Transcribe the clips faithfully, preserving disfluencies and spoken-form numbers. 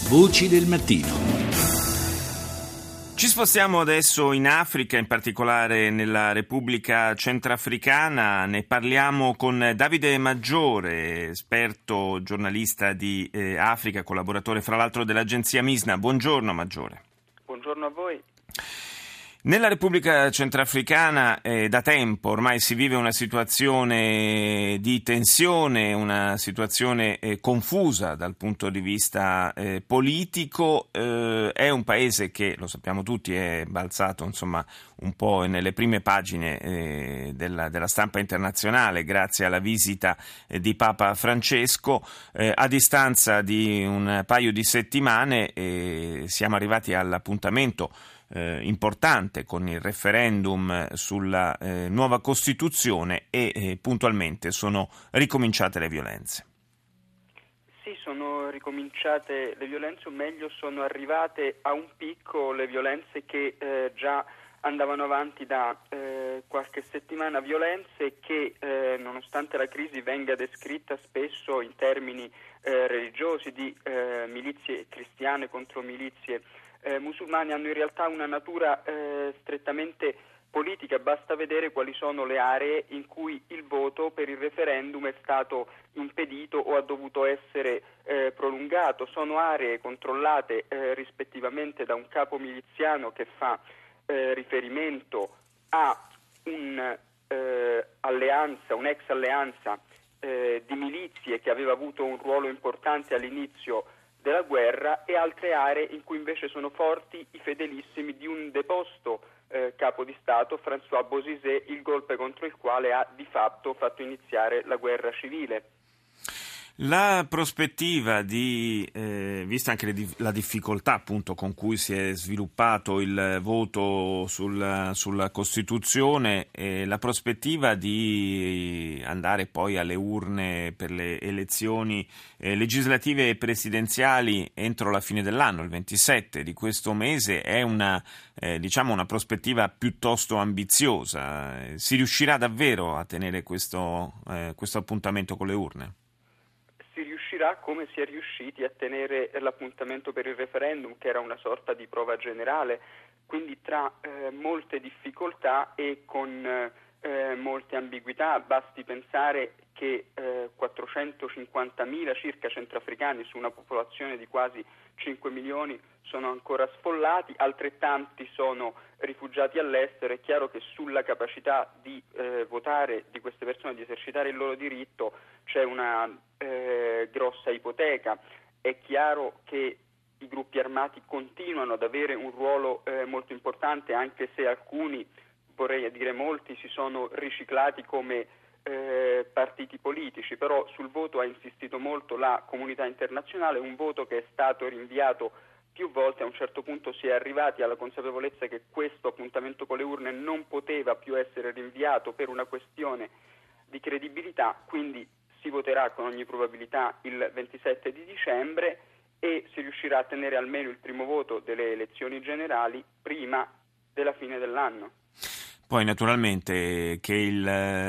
Voci del mattino. Ci spostiamo adesso in Africa, in particolare nella Repubblica Centrafricana. Ne parliamo con Davide Maggiore, esperto giornalista di eh, Africa, collaboratore fra l'altro dell'agenzia Misna. Buongiorno Maggiore. Buongiorno a voi. Nella Repubblica Centrafricana eh, da tempo ormai si vive una situazione di tensione, una situazione eh, confusa dal punto di vista eh, politico. Eh, è un paese che, lo sappiamo tutti, è balzato insomma un po' nelle prime pagine eh, della, della stampa internazionale grazie alla visita eh, di Papa Francesco. Eh, a distanza di un paio di settimane eh, siamo arrivati all'appuntamento Eh, importante con il referendum sulla eh, nuova Costituzione e eh, puntualmente sono ricominciate le violenze. Sì, sono ricominciate le violenze, o meglio sono arrivate a un picco le violenze che eh, già andavano avanti da eh, qualche settimana, violenze che eh, nonostante la crisi venga descritta spesso in termini eh, religiosi di eh, milizie cristiane contro milizie Eh, musulmani, hanno in realtà una natura eh, strettamente politica. Basta vedere quali sono le aree in cui il voto per il referendum è stato impedito o ha dovuto essere eh, prolungato. Sono aree controllate eh, rispettivamente da un capo miliziano che fa eh, riferimento a un'alleanza, eh, un'ex alleanza eh, di milizie che aveva avuto un ruolo importante all'inizio della guerra, e altre aree in cui invece sono forti i fedelissimi di un deposto eh, capo di Stato, François Bozizé, il golpe contro il quale ha di fatto fatto iniziare la guerra civile. La prospettiva di, eh, vista anche le, la difficoltà appunto con cui si è sviluppato il voto sulla, sulla Costituzione, eh, la prospettiva di andare poi alle urne per le elezioni eh, legislative e presidenziali entro la fine dell'anno, il ventisette di questo mese, è una, eh, diciamo una prospettiva piuttosto ambiziosa. Si riuscirà davvero a tenere questo, eh, questo appuntamento con le urne? Si riuscirà come si è riusciti a tenere l'appuntamento per il referendum, che era una sorta di prova generale, quindi tra eh, molte difficoltà e con eh, molte ambiguità. Basti pensare che eh, quattrocentocinquantamila circa centroafricani su una popolazione di quasi cinque milioni sono ancora sfollati, altrettanti sono rifugiati all'estero. È chiaro che sulla capacità di eh, votare di queste persone, di esercitare il loro diritto, c'è una eh, grossa ipoteca. È chiaro che i gruppi armati continuano ad avere un ruolo eh, molto importante, anche se alcuni, vorrei dire molti, si sono riciclati come eh, partiti politici. Però sul voto ha insistito molto la comunità internazionale, un voto che è stato rinviato più volte. A un certo punto si è arrivati alla consapevolezza che questo appuntamento con le urne non poteva più essere rinviato per una questione di credibilità, quindi si voterà con ogni probabilità il ventisette di dicembre e si riuscirà a tenere almeno il primo voto delle elezioni generali prima della fine dell'anno. Poi naturalmente che il,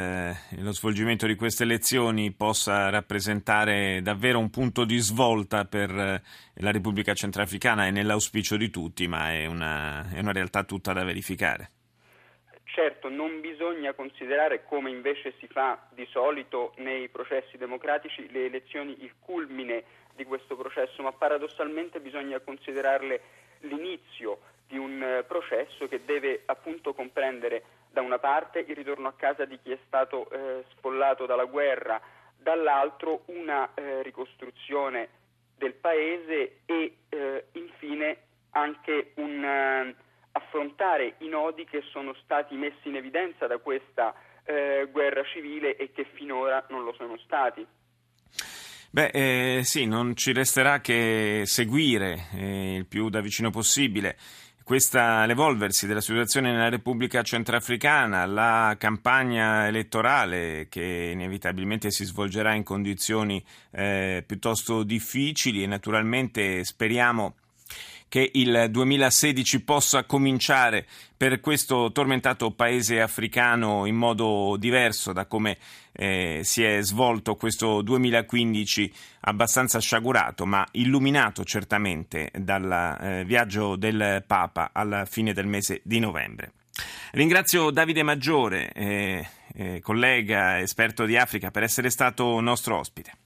lo svolgimento di queste elezioni possa rappresentare davvero un punto di svolta per la Repubblica Centrafricana è nell'auspicio di tutti, ma è una, è una realtà tutta da verificare. Certo, non bisogna considerare, come invece si fa di solito nei processi democratici, le elezioni il culmine di questo processo, ma paradossalmente bisogna considerarle l'inizio di un processo che deve appunto comprendere da una parte il ritorno a casa di chi è stato eh, sfollato dalla guerra, dall'altro una eh, ricostruzione del paese e eh, infine anche un eh, affrontare i nodi che sono stati messi in evidenza da questa eh, guerra civile e che finora non lo sono stati. Beh, eh, sì, non ci resterà che seguire eh, il più da vicino possibile questa l'evolversi della situazione nella Repubblica Centrafricana, la campagna elettorale che inevitabilmente si svolgerà in condizioni eh, piuttosto difficili, e naturalmente speriamo che il duemilasedici possa cominciare per questo tormentato paese africano in modo diverso da come eh, si è svolto questo duemilaquindici, abbastanza sciagurato ma illuminato certamente dal eh, viaggio del Papa alla fine del mese di novembre. Ringrazio Davide Maggiore, eh, eh, collega esperto di Africa, per essere stato nostro ospite.